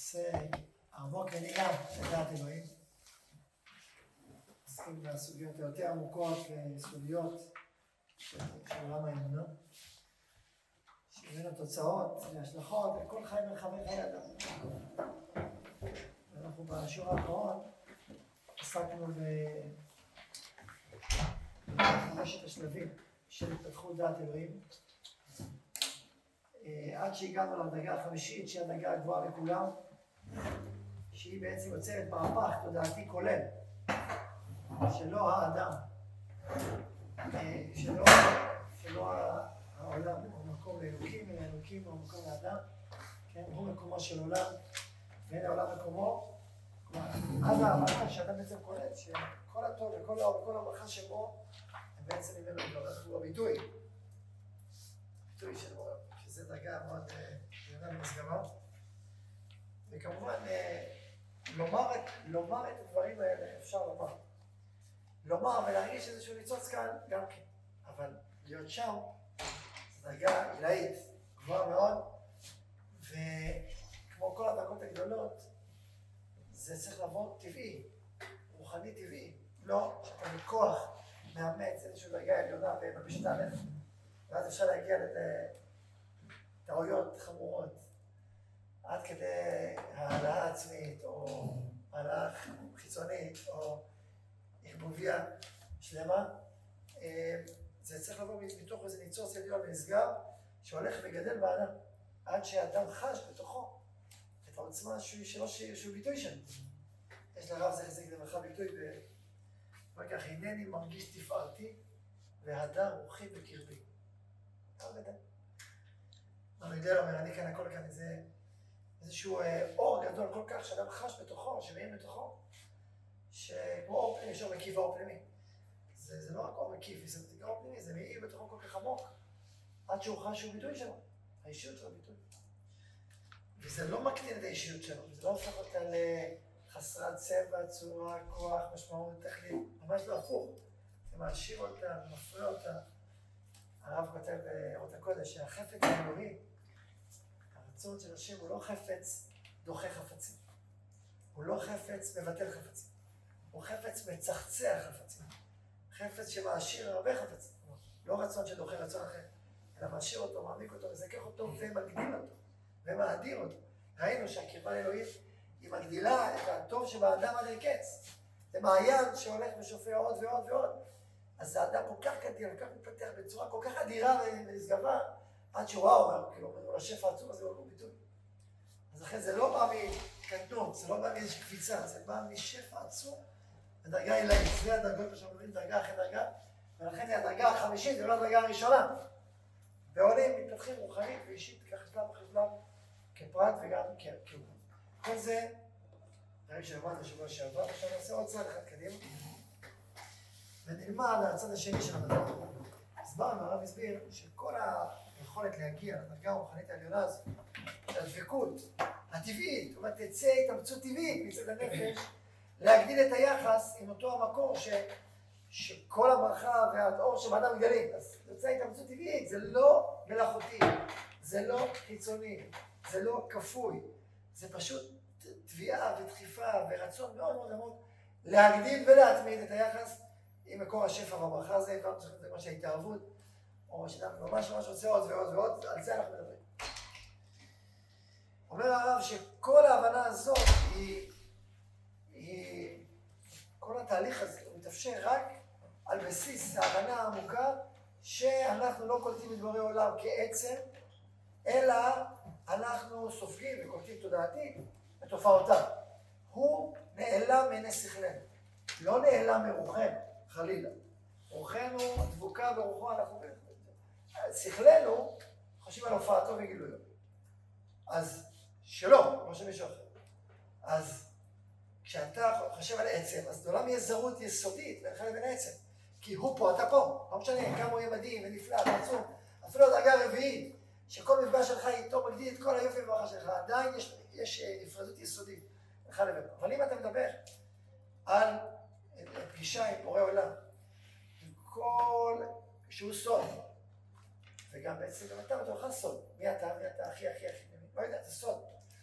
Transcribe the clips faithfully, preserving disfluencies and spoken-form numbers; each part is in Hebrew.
נושא עמוק ונעים לדעת אלוהים. עוסקים בסוגיות היותר עמוקות וסוגיות של עולם האמונה, שיהיו תוצאות והשלכות לכל חי מרחבי חיי אדם. ואנחנו בשיעור האחרון עסקנו בחמשת השלבים של התפתחות דעת אלוהים, עד שהגענו לדרגה החמישית, שהיא הדרגה הגבוהה מכולם, שהיא בעצם יוצרת מהפך תודעתי כולל, שלא האדם, שלא, שלא העולם הוא מקום לאלוקים, אלא אלוקים הוא מקום לאדם, כן? הוא מקומו של עולם, ואין העולם מקומו. אז ההבנה שאדם בעצם קולט שכל הטוב וכל האור וכל הברכה שבו הם בעצם ממנו מתברך, הוא הביטוי, ביטוי של עולם, שזה דרגה מאוד עליונה ומסגרה. וכמובן, לומר את, לומר את הדברים האלה אפשר לומר. לומר ולהרגיש איזשהו ניצוץ כאן גם כן, אבל להיות שם זו דרגה עילאית, גבוהה מאוד, וכמו כל הדרגות הגדולות, זה צריך לבוא טבעי, רוחני טבעי, לא שאתה מכוח מאמץ איזושהי דרגה עליונה ומבשת עליך, ואז אפשר להגיע לטעויות חמורות, עד כדי העלאה עצמית, או העלאה חיצונית, או ערבוביה שלמה. זה צריך לבוא מתוך איזה ניצוץ עליון ונסגר, שהולך וגדל באדם, עד שהאדם חש בתוכו את העוצמה שלו, שהוא ביטוי שם. יש לרב זה חזק למרחב ביטוי, ואומר כך, הנני מרגיש תפארתי, והדר רוחי בקרבי. הרב גדל. המגדל אומר, אני כאן הכל כאן איזה, איזשהו אור גדול כל כך, שאדם חש בתוכו, שמעים בתוכו, שכמו אור פנימי, שאור מקיף ואור פנימי. זה, זה לא רק אור מקיף, זה נקרא אור פנימי, זה מעיר בתוכו כל כך עמוק, עד שהוא חש שהוא ביטוי שלו, האישיות שלו ביטוי. וזה לא מקטין את האישיות שלו, זה לא הופך אותה לחסרת צבע, צורה, כוח, משמעות, תכלית, ממש לא הפוך. זה מעשיר אותה, מפריע אותה. הרב כותב באורות הקודש שהחפץ האלוהי, הרצון של השם הוא לא חפץ דוחה חפצים. הוא לא חפץ מבטל חפצים. הוא חפץ מצחצח חפצים. חפץ שמעשיר הרבה חפצים. לא רצון שדוחה רצון אחר, אלא מעשיר אותו, מעמיק אותו, מזכך אותו ומגדיל אותו, ומאדיר אותו. ראינו שהקרבה לאלוהים היא מגדילה את הטוב שבאדם עד אין קץ. זה מעיין שהולך ושופע עוד ועוד ועוד. אז האדם כל כך גדל, כל כך מתפתח בצורה כל כך אדירה ונשגבה, עד שהוא וואו, כאילו, הוא השפע העצום הזה הוא ביטוי. אז לכן זה לא בא מקטנות, זה לא בא מאיזושהי קפיצה, זה בא משפע עצום, בדרגה עילאית. זה הדרגות שאנחנו מדברים, דרגה אחרי דרגה, ולכן היא הדרגה החמישית, ולא הדרגה הראשונה. ועולים מתפתחים רוחנית ואישית, ככה שלב אחרי שלב, כפרט וגם כאומה. כל זה, דברים שלמדנו בשבוע שעבר, עכשיו נעשה עוד צעד אחד קדימה. ונלמד הצד השני של המדע. הסברנו, הרב הסביר שכל היכולת להגיע לדרגה הרוחנית העליונה הזו, הדבקות הטבעית, זאת אומרת, תצא התאמצות טבעית מצד הנפש, להגדיל את היחס עם אותו המקור ש... שכל הברכה והאור שבאדם גדלים. אז תצא התאמצות טבעית, זה לא מלאכותי, זה לא חיצוני, זה לא כפוי, זה פשוט תביעה ודחיפה ורצון מאוד מאוד עמוק להגדיל ולהתמיד את היחס עם מקור השפע והברכה הזה, זה מה שההתאהבות, או שאדם ממש ממש רוצה עוד ועוד ועוד, על זה אנחנו מדברים. אומר הרב שכל ההבנה הזאת היא, היא, כל התהליך הזה הוא מתאפשר רק על בסיס ההבנה העמוקה שאנחנו לא קולטים את בורא עולם כעצם, אלא אנחנו סופגים וקולטים תודעתית את תופעותיו. הוא נעלם מעיני שכלנו, לא נעלם מרוחנו. חלילה. רוחנו דבוקה ברוחו, אנחנו שכלנו חושבים על הופעתו וגילויו. אז שלא, לא שמישהו אחר. אז כשאתה חושב על עצם, אז לעולם יהיה זרות יסודית בינך לבין עצם. כי הוא פה, אתה פה. לא משנה, כמה הוא יהיה מדהים ונפלא ועצום. אפילו הדרגה הרביעית, שכל מפגש שלך איתו מגדיל את כל היופי והברכה שלך, עדיין יש, יש נפרדות יסודית בינך לבין. אבל אם אתה מדבר על פגישה עם בורא עולם, עם כל שהוא סוד, וגם בעצם גם אתה בתורך סוד. מי אתה? מי אתה? הכי הכי הכי, לא יודע, זה סוד.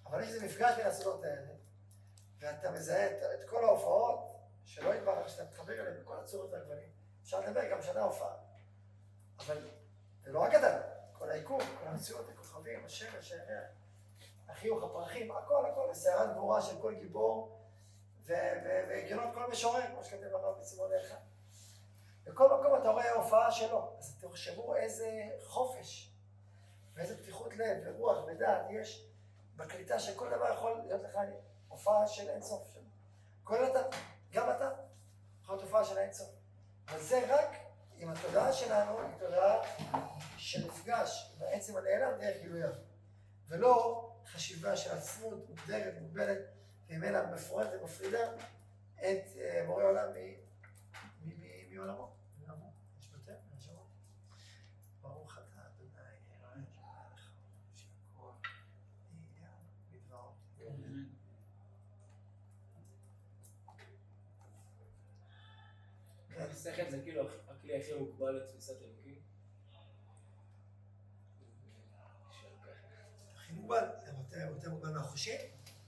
אבל יש איזה מפגש בין הסודות האלה, ואתה מזהה את, את כל ההופעות, שלא יתברר שאתה מתחבר אליהם בכל הצורות והגוונים. אפשר לדבר גם שנה הופעה. אבל זה לא רק אתה, כל העיכוב, כל המציאות, הכוכבים, השמש, החיוך, הפרחים, הכל, הכל, סערת גבורה של כל גיבור, והגיונות כל משורר, כמו שכתב הרב בצמוד אלך. בכל מקום אתה רואה הופעה שלו, אז תחשבו איזה חופש, ואיזה פתיחות לב, ורוח, ודעת יש בקליטה שכל דבר יכול להיות לך הופעה של אינסוף שלו. כל אתה, גם אתה, יכול להיות הופעה של אינסוף. אבל זה רק אם התודעה שלנו היא תודעה של מפגש עם העצם הנעלם דרך גילויו, ולא חשיבה של עצמות מוגדרת, מוגבלת, וממנה מפורטת ומפרידה את בורא עולם מעולמו. יש יותר מהשמות. ברוך אתה אדוני אלוהינו מלך העולם שהכל נהיה בדברו. השכל זה כאילו הכלי הכי מוגבל לתפיסת אלוקים. הכי מוגבל, הוא יותר מוגבל מהחושים?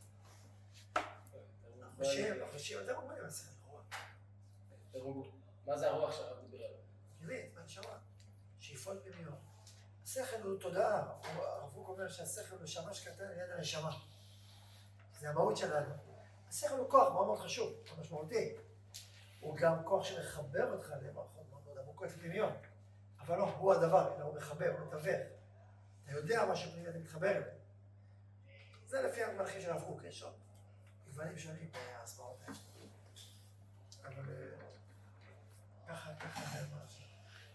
החושים, החושים יותר מוגבלים מהשכל, רוח. מה זה הרוח שהרב דיבר עליו? פנימית, בנשמה, שאיפות פנימיות. השכל הוא תודעה, הרב קוק אומר שהשכל הוא שמש קטן ליד הנשמה. זה המהות שלנו. השכל הוא כוח מאוד מאוד חשוב, מאוד משמעותי. הוא גם כוח שמחבר אותך למערכות מאוד מאוד עמוקות פנימיות. אבל לא, הוא הדבר, אלא הוא מחבר, הוא מתווך. אתה יודע מה שפנימי אתה מתחבר אליו. זה לפי המלכים של הרב קוק, יש עוד גוונים שונים בהסברות האלה. אבל ככה, ככה זה משהו.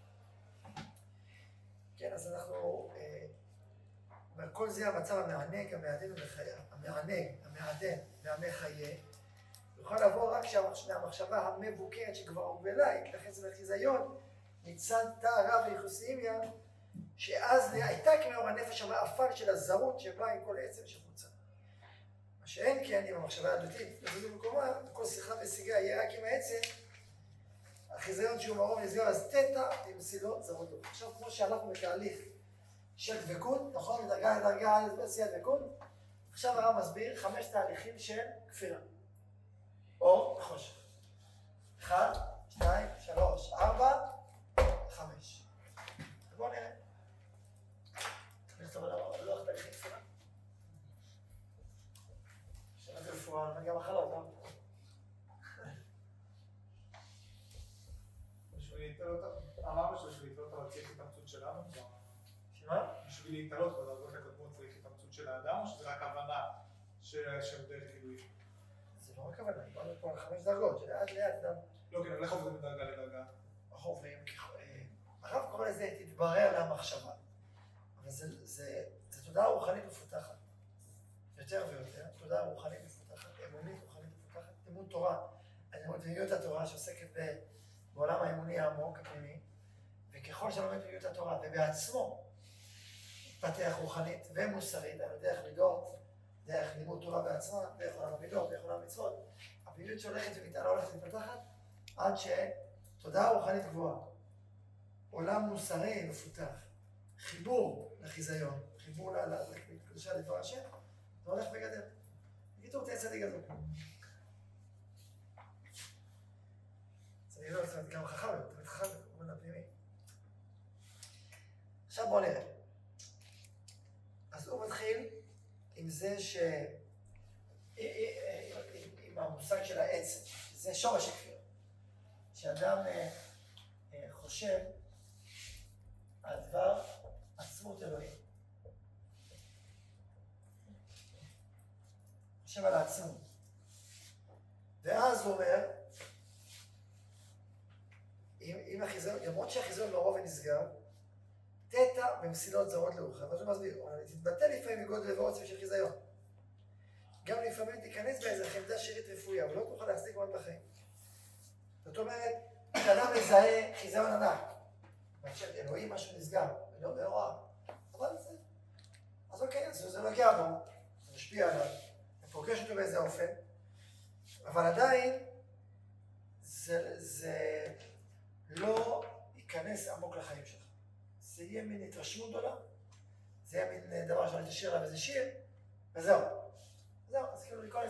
כן, אז אנחנו, כל זה המצב המענג, המעדן ומחיה, המענג, המעדן והמחיה, יוכל לבוא רק מהמחשבה המבוקרת שכבר הובלה, התלחץ לחיזיון, מצד תא רב וייחוסיימיה, שאז הייתה כמאור הנפש המאפל של הזרות שבאה עם כל עצם שחוצה. מה שאין כן, עם המחשבה הדתית, לזוז במקומה, כל שיחה ושיגה יהיה רק עם העצם, החיזיון שהוא מרום נסגר, אז תטא עם מסילות זרות לו. עכשיו, כמו שהלכנו בתהליך של דבקות, נכון? מדרגה לדרגה על עשיית דבקות, עכשיו הרב מסביר חמש תהליכים של כפירה. או חושך. אחד, שתיים, שלוש, ארבע, חמש. בואו נראה. נכתוב על לוח תהליכי כפירה. שאלה רפואה, אבל גם מחלות, לא? בשביל להתעלות, אמרנו שבשביל להתעלות אבל צריך התאמצות של האדם? שמה? בשביל להתעלות בדרגות הקודמות צריך התאמצות של האדם, או שזה רק הבנה של דרך גילוי? זה לא רק הבנה, דיברנו פה על חמש דרגות, שלאט לאט אדם... לא, כן, אבל איך עוברים מדרגה לדרגה? אנחנו עוברים, הרב קורא לזה תתברר למחשבה, אבל זה תודעה רוחנית מפותחת, יותר ויותר, תודעה רוחנית מפותחת, אמונית רוחנית מפותחת, אמון תורה, אמוניות התורה שעוסקת בעולם האמוני העמוק הפנימי, וככל שלומד אמוניות התורה ובעצמו מתפתח רוחנית ומוסרית על דרך מידות, דרך לימוד תורה בעצמה, דרך עולם המידות, דרך עולם המצוות, הפעילות שהולכת ומתעלה הולכת ומתפתחת עד שתודעה רוחנית גבוהה, עולם מוסרי מפותח, חיבור לחיזיון, חיבור לקדושה לדבר השם, זה הולך וגדל. בקיצור, תהיה צדיק גדול. צדיק גדול, זאת אומרת, גם חכם, תמיד חכם, כמובן הפנימי. עכשיו בואו נראה. אז הוא מתחיל עם זה ש... עם המושג של העצם, זה שורש הכפיר. שאדם חושב על דבר עצמות אלוהים. חושב על העצמות. ואז הוא אומר, אם החיזיון, למרות שהחיזיון לא רוב ונסגר, תטא במסילות זרות לרוחב. אז הוא מסביר, תתבטא לפעמים מגודל ועוצם של חיזיון. גם לפעמים תיכנס באיזה חמדה שירית רפואיה, אבל לא תוכל להחזיק מאוד בחיים. זאת אומרת, כשאדם מזהה חיזיון ענק, מאשר אלוהים משהו נסגר, ולא בהוראה, אבל זה, אז אוקיי, אז זה נוגע בו, זה משפיע עליו, זה פוגש אותו באיזה אופן, אבל עדיין זה, זה לא ייכנס עמוק לחיים שלך. זה יהיה מין התרשמות גדולה, זה יהיה מין דבר שאני תשאיר לה וזה שיר, וזהו.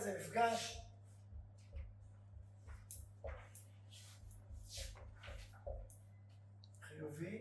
זה מפגש חיובי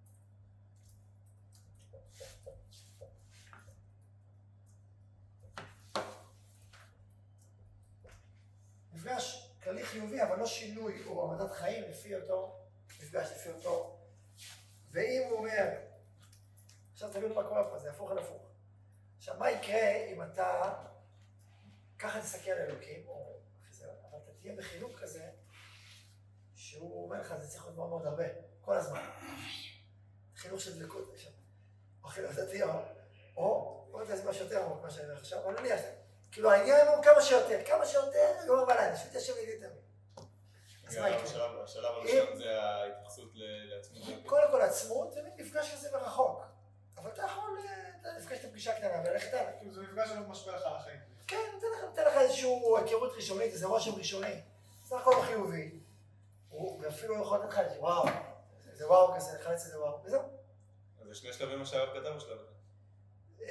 מפגש כללי חיובי, אבל לא שינוי, הוא העמדת חיים לפי אותו מפגש, לפי אותו. ואם הוא אומר, עכשיו תבינו מה קורה פה, זה הפוך על הפוך. עכשיו, מה יקרה אם אתה ככה תסתכל על אלוקים, או אחרי אבל אתה תהיה בחינוך כזה, שהוא אומר לך, זה צריך להיות מאוד מאוד הרבה, כל הזמן. חינוך של דלקות, או חינוך דתי, או, או, או זה משהו יותר עמוק, מה שאני אומר עכשיו, אבל נניח, כאילו העניין הוא כמה שיותר, כמה שיותר, יום הבלילה, שתהיה שם לידי תמיד. אז מה יקרה? השלב הראשון זה ההתייחסות לעצמות. קודם כל עצמות, זה מפגש כזה מרחוק. אבל אתה יכול לפגש את הפגישה הקטנה וללכת הלאה. כאילו זה מפגש שלא משווה לך על החיים. כן, נותן לך איזושהי היכרות ראשונית, איזה רושם ראשוני. זה הכל חיובי. הוא אפילו יכול לתת לך את זה, וואו, זה וואו כזה, לחלץ את זה וואו, וזהו. אז זה שני שלבים מה שהרב כתב או שלב אחד?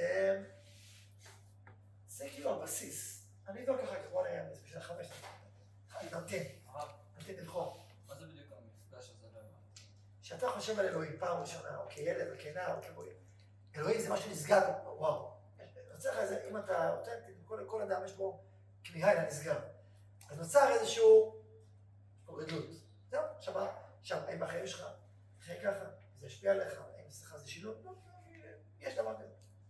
זה כאילו הבסיס. אני אבדוק אחר כך, בוא נראה, זה בשביל החמש. נמתין, נמתין לבחור. מה זה בדיוק המפגש הזה? כשאתה חושב על אלוהים פעם ראשונה, או כילד, או כנער, או כבוי, אלוהים זה משהו נסגר, וואו. נוצר לך איזה, אם אתה אותנטי, כל אדם יש בו כמיהה אל הנסגר. אז נוצר איזשהו גדלות. זהו, עכשיו, עכשיו, האם בחיים שלך, אחרי ככה, זה השפיע עליך, האם אצלך זה שילוב? לא, יש דבר כזה.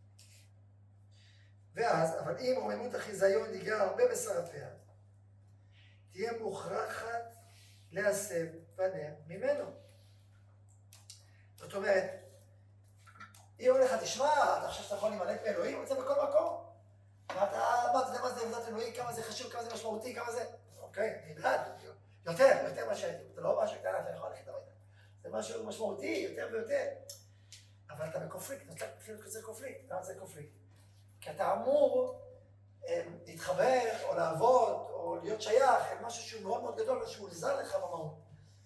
ואז, אבל אם רוממות החיזיון ניגר הרבה בשרפיה, תהיה מוכרחת להסב פניה ממנו. זאת אומרת, אם אומר לך, תשמע, אתה חושב שאתה יכול להימלט מאלוהים, הוא יוצא בכל מקום. ואתה, מה, אתה יודע מה זה עבודת אלוהים, כמה זה חשוב, כמה זה משמעותי, כמה זה... אוקיי, אני בעד, יותר, יותר מה שהייתי. זה לא משהו קטן, אתה יכול ללכת הביתה. זה משהו משמעותי, יותר ויותר. אבל אתה בקונפליקט, נוצר כזה קונפליקט. למה זה קונפליקט? כי אתה אמור להתחבר, או לעבוד, או להיות שייך, אל משהו שהוא מאוד מאוד גדול, שהוא עזר לך במהות.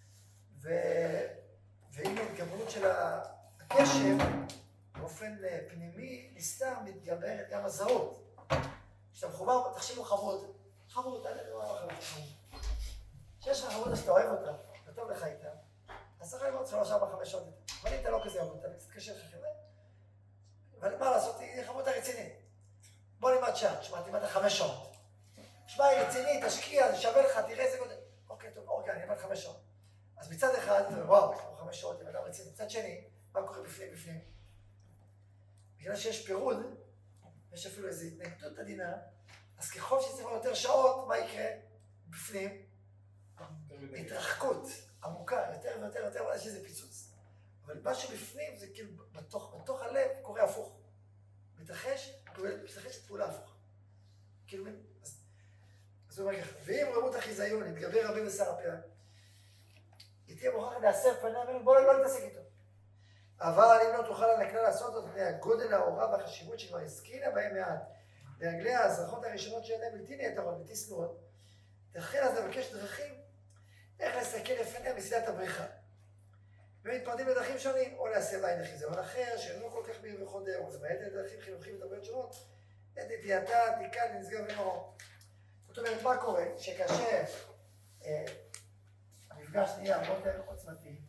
ואם ההתגברות של הקשב, באופן פנימי, נסתר, מתגברת גם הזהות. כשאתה מחובר, תחשיבו חמוד. חמוד, אתה יודע מה חמוד, חמוד. כשיש לך חמוד שאתה אוהב אותה, אתה טוב לך איתה, אז צריך ללמוד שלוש, ארבע, חמש שעות. אבל אם אתה לא כזה אוהב אותה, קצת קשה לך חבר'ה. אבל מה לעשות, היא חמודה רצינית. בוא נלמד שעה, תשמע, תלמד חמש שעות. תשמע, היא רצינית, תשקיע, זה שווה לך, תראה איזה גודל. אוקיי, טוב, אוקיי, אני אלמד חמש שעות. אז מצד אחד, וואו, יש פה חמש שעות, היא אדם רציני. מצד שני, מה קורה בפנים, בפנים? בגלל שיש פירוד, יש אפילו איזו התנגדות עדינה, אז ככל שצריך יותר שעות, מה יקרה? בפנים? התרחקות עמוקה, יותר ויותר יותר, אבל יש איזה פיצוץ. אבל מה שבפנים זה כאילו, בתוך, בתוך הלב קורה הפוך. מתרחש, מתרחשת פעולה הפוך. כאילו, אז, אז הוא אומר ככה, ואם רמות החיזיון יתגבר הרבה בשר הפה, היא תהיה מוכרחת להסר פניה ממנו, בואו לא נתעסק איתו. אבל אם לא תוכל הנקלה לעשות זאת, הגודל ההוראה והחשיבות שכבר הסכינה בהם מעט, לרגלי ההזרחות הראשונות שידיים בלתי נהתרות, בלתי שנואות, תתחיל אז לבקש דרכים, איך להסתכל לפניה מסילת הבריחה. ומתפרדים בדרכים שונים, או להסב לעין החיזיון אחר, שאינו כל כך מהיר וחודר, או למעט לדרכים חינוכיים ותרבויות שונות, את נטייתה, עתיקה, לנסגר ומרום. זאת אומרת, מה קורה? שכאשר אה, המפגש נהיה הרבה יותר עוצמתי,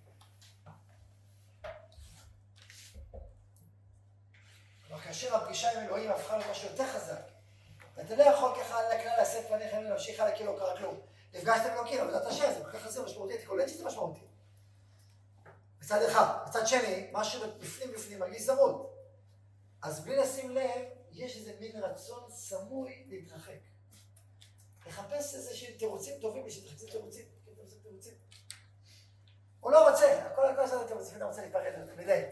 אבל כאשר הפגישה עם אלוהים הפכה למשהו יותר חזק, ואתה לא יכול ככה על הכלל לשאת פניך ולהמשיך על כאילו לא קרה כלום. נפגשת עם אלוקים, אבל אתה השם, זה כל כך חסר משמעותי, אתה קולט שזה משמעותי. מצד אחד. מצד שני, משהו בפנים בפנים מרגיש זרות. אז בלי לשים לב, יש איזה מין רצון סמוי להתרחק. לחפש איזה שהם תירוצים טובים בשביל תחפשים תירוצים. תירוצים. הוא לא רוצה, הכל הכל עושה את התירוצים, אתה רוצה להיפרד, אתה מדייט.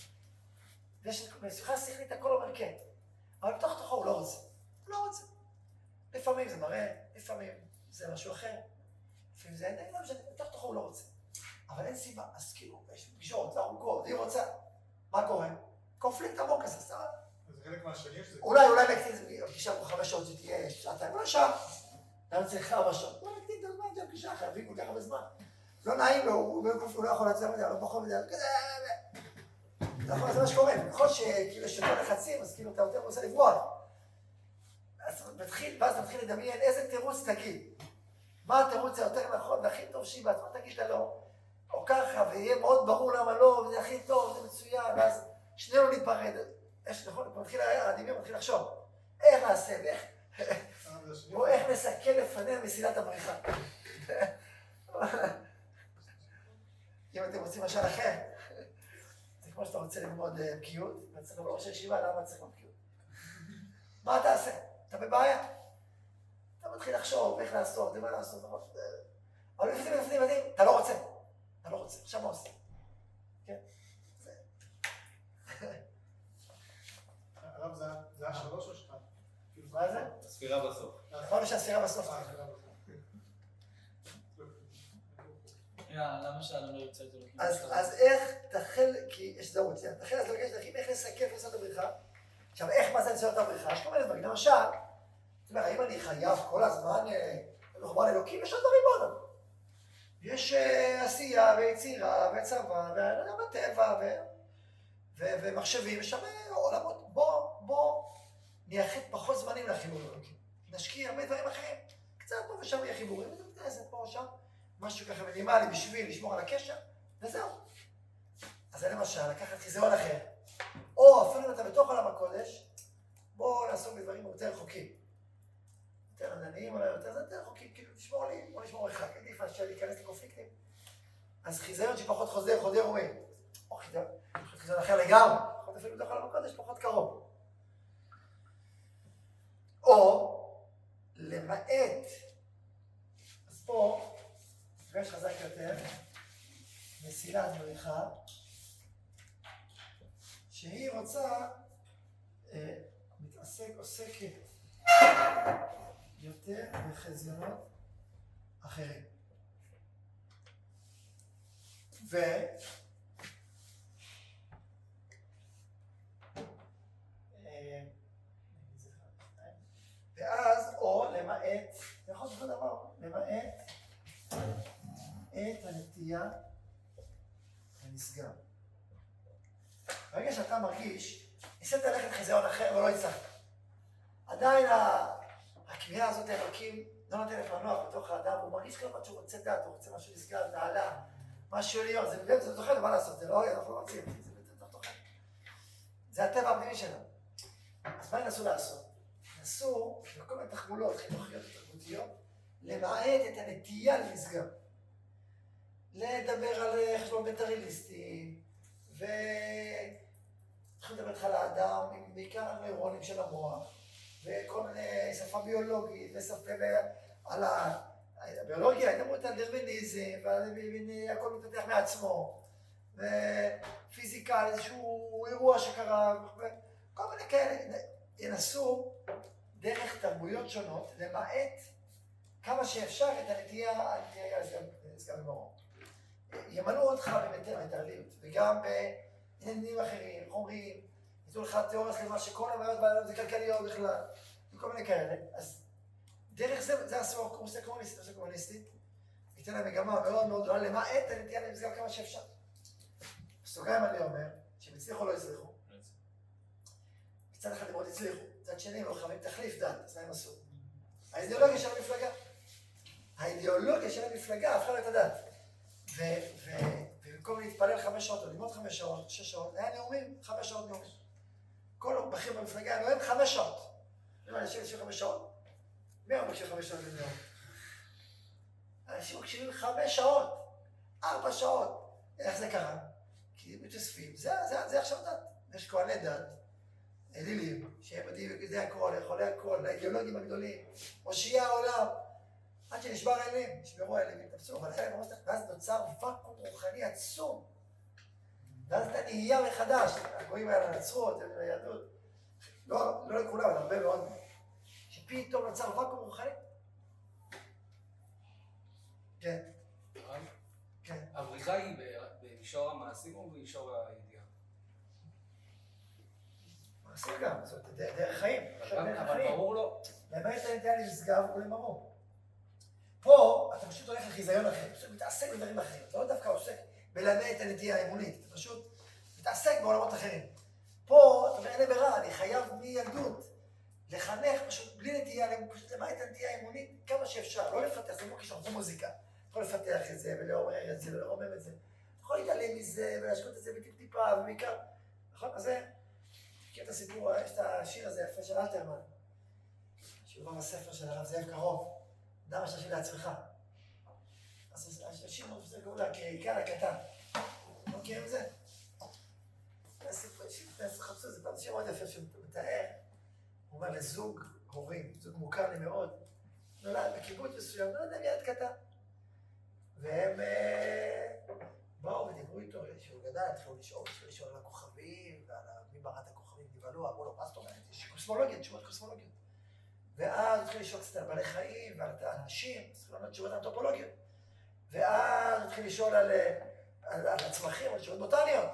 בשיחה שכלית הכל אומר כן, אבל בתוך תוכו הוא לא רוצה. הוא לא רוצה. לפעמים זה מראה, לפעמים זה משהו אחר. לפעמים זה אין, לא משנה, בתוך תוכו הוא לא רוצה. אבל אין סיבה, אז כאילו, יש פגישות, ארוכות, היא רוצה. מה קורה? קונפליקט עמוק כזה, סתם. זה חלק מהשני שזה... אולי, אולי נקטין, פגישה פה חמש שעות שתהיה שעתיים, אולי שעה. למה צריך ארבע שעות? אולי נקטין את הזמן, זה פגישה אחרת, והיא כל כך הרבה זמן. לא נעים לו, הוא לא יכול לצאת מזה, לא פחות מזה, כזה... נכון, זה מה שקורה. נכון שכאילו יש יותר לחצים, אז כאילו אתה יותר רוצה לברוח. אז מתחיל, ואז אתה מתחיל לדמיין איזה תירוץ תגיד. מה התירוץ היותר נכון והכי טוב שהיא בעצמה תגיד לו, או ככה, ויהיה מאוד ברור למה לא, וזה הכי טוב, זה מצוין, ואז שנינו ניפרד. יש נכון, מתחיל, הדמיון מתחיל לחשוב, איך נעשה, ואיך, או איך נסכל לפניה מסילת הבריחה. אם אתם רוצים משל אחר, זה כמו שאתה רוצה ללמוד בקיאות, ואתה צריך לבוא ראש הישיבה, למה צריך ללמוד בקיאות? מה אתה עושה? אתה בבעיה. אתה מתחיל לחשוב איך לעשות, ומה לעשות, אבל לפני לפני מדהים, אתה לא רוצה. אתה לא רוצה, עכשיו מה עושה? כן? הרב, זה היה שלוש או שתיים? מה זה? הספירה בסוף. אמרנו שהספירה בסוף. למה שאדם לא יוצא את אלוקים? אז איך תחל, כי יש זהות, תחל אז לבקש דרכים, איך לסכף לעשות הבריחה? עכשיו, איך מה זה לעשות הבריחה? יש כל מיני דברים, למשל, זאת אומרת, האם אני חייב כל הזמן לחובר לאלוקים? יש עוד דברים בעולם. יש עשייה ויצירה וצבא וטבע ומחשבים, יש שם עולמות. בוא נייחד פחות זמנים לחיבור לאלוקים. נשקיע הרבה דברים אחרים. קצת פה ושם יהיה חיבורים, וזה מתנסה פה ושם. משהו ככה מינימלי בשביל לשמור על הקשר, וזהו. אז זה למשל, לקחת חיזיון אחר. או אפילו אם אתה בתוך עולם הקודש, בוא נעסוק בדברים יותר רחוקים. יותר ענניים, או יותר זה יותר רחוקים, כאילו תשמור לי, בוא נשמור לך, עדיף מאשר להיכנס לקונפליקטים. אז חיזיון שפחות חוזר, חודר ומת. או חיזיון אחר לגמרי, פחות אפילו בתוך עולם הקודש, פחות קרוב. או למעט, אז פה, פגש חזק יותר, מסילת בריחה, שהיא רוצה, אה, מתעסק, עוסקת יותר בחזיונות אחרים. ו... ואז, או למעט, זה יכול להיות דבר, למעט את הנטייה הנשגב. ברגע שאתה מרגיש, ניסית ללכת חיזיון אחר ולא הצלחת. עדיין הכמיהה הזאת האלוקים לא נותנת מנוח בתוך האדם, הוא מרגיש כאילו שהוא רוצה דת, הוא רוצה משהו נשגב, נעלה, משהו עליון, זה באמת, זה תוכל, מה לעשות? זה לא, אנחנו לא רוצים, זה באמת תוכל. זה הטבע הפנימי שלנו. אז מה ינסו לעשות? ינסו, בכל מיני תחבולות חינוכיות ותרבותיות, למעט את הנטייה לנשגב. לדבר על חשבון מטריאליסטי, וצריכים לדבר איתך על האדם, בעיקר על נוירונים של המוח, וכל מיני שפה ביולוגית, ושפה על הביולוגיה, ידברו את הדרוויניזם, והכל מתפתח מעצמו, ופיזיקה, איזשהו אירוע שקרה, וכל מיני כאלה, ינסו דרך תרבויות שונות, למעט כמה שאפשר את הנטייה, הנטייה לנשגב במרום. ימלאו אותך במטרליות, וגם בעניינים אחרים, חומריים, יתנו לך תיאוריה שלמה שכל הבעיות בעולם זה כלכליות בכלל, וכל מיני כאלה. אז דרך זה, זה הקורס הקומוניסטי, הקורס הקומוניסטי, ייתן להם מגמה מאוד מאוד גדולה, למעט הנטייה לנשגב כמה שאפשר. בסוגריים אני אומר, שהם הצליחו או לא הצליחו. מצד אחד הם מאוד הצליחו, מצד שני הם לא חייבים תחליף דת, אז מה הם עשו? האידיאולוגיה של המפלגה. האידיאולוגיה של המפלגה הפכה לו את הדת. ובמקום להתפלל חמש שעות, או ללמוד חמש שעות, שש שעות, היה נאומים, חמש שעות נאומים. כל בכיר במפלגה היה נואם חמש שעות. למה אנשים מקשיבים חמש שעות? מי היה מקשיב חמש שעות לנאום? אנשים מקשיבים חמש שעות, ארבע שעות. איך זה קרה? כי מתוספים, זה, זה, זה עכשיו דת. יש כהני דת, אלילים, שהם יודעים הכל, יכולי הכל, האידיאולוגים הגדולים, מושיע העולם. עד שנשבר האלים, נשברו האלים, התנפצו, אבל האלים ממש, ואז נוצר ואקום רוחני עצום. ואז אתה נהיה מחדש, הגויים האלה נצרות, היהדות, לא, לא לכולם, אבל הרבה מאוד, שפתאום נוצר ואקום רוחני. כן. כן. הבריחה היא במישור המעשים או במישור הידיעה? מעשים גם, זאת דרך חיים. אבל ברור לא. למעט הנטייה לנשגב ולמרום. פה אתה פשוט הולך לחיזיון אחר, אתה פשוט מתעסק בדברים אחרים, אתה לא דווקא עוסק בלמד את הנטייה האמונית, אתה פשוט מתעסק בעולמות אחרים. פה אתה אומר, אין לי ברירה, אני חייב מילדות לחנך פשוט בלי נטייה, פשוט למעט הנטייה האימונית, כמה שאפשר, לא לפתח, זה לא קישור, זה מוזיקה. אתה יכול לפתח את זה ולעורר את זה ולרומם את זה. אתה יכול להתעלם מזה ולהשקוט את זה בטיפ-טיפה ובעיקר. נכון? אז זה, מכיר את הסיפור, יש את השיר הזה יפה של אלתרמן, שהוא בא בספר של הרב זאב קרוב, אדם אשר שלי לעצמך. אז השיר מאוד בסדר גאולה, כעיקר הקטן. לא מכירים את זה? זה סיפור, חפשו את זה, זה שיר מאוד יפה שהוא מתאר. הוא אומר לזוג הורים, זוג מוכר לי מאוד, נולד בקיבוץ מסוים, לא יודע, ילד קטן. והם באו ודיברו איתו, שהוא גדל, התחילו לשאול, לשאול על הכוכבים, ועל מי ברא את הכוכבים, נבהלו, אמרו לו, מה זאת אומרת? יש קוסמולוגיה, תשובות קוסמולוגיות. ואז התחיל לשאול קצת על בעלי חיים ועל האנשים, התחילו לענות תשובות אנתרופולוגיות. ואז התחיל לשאול על, על, על הצמחים, על תשובות בוטניות.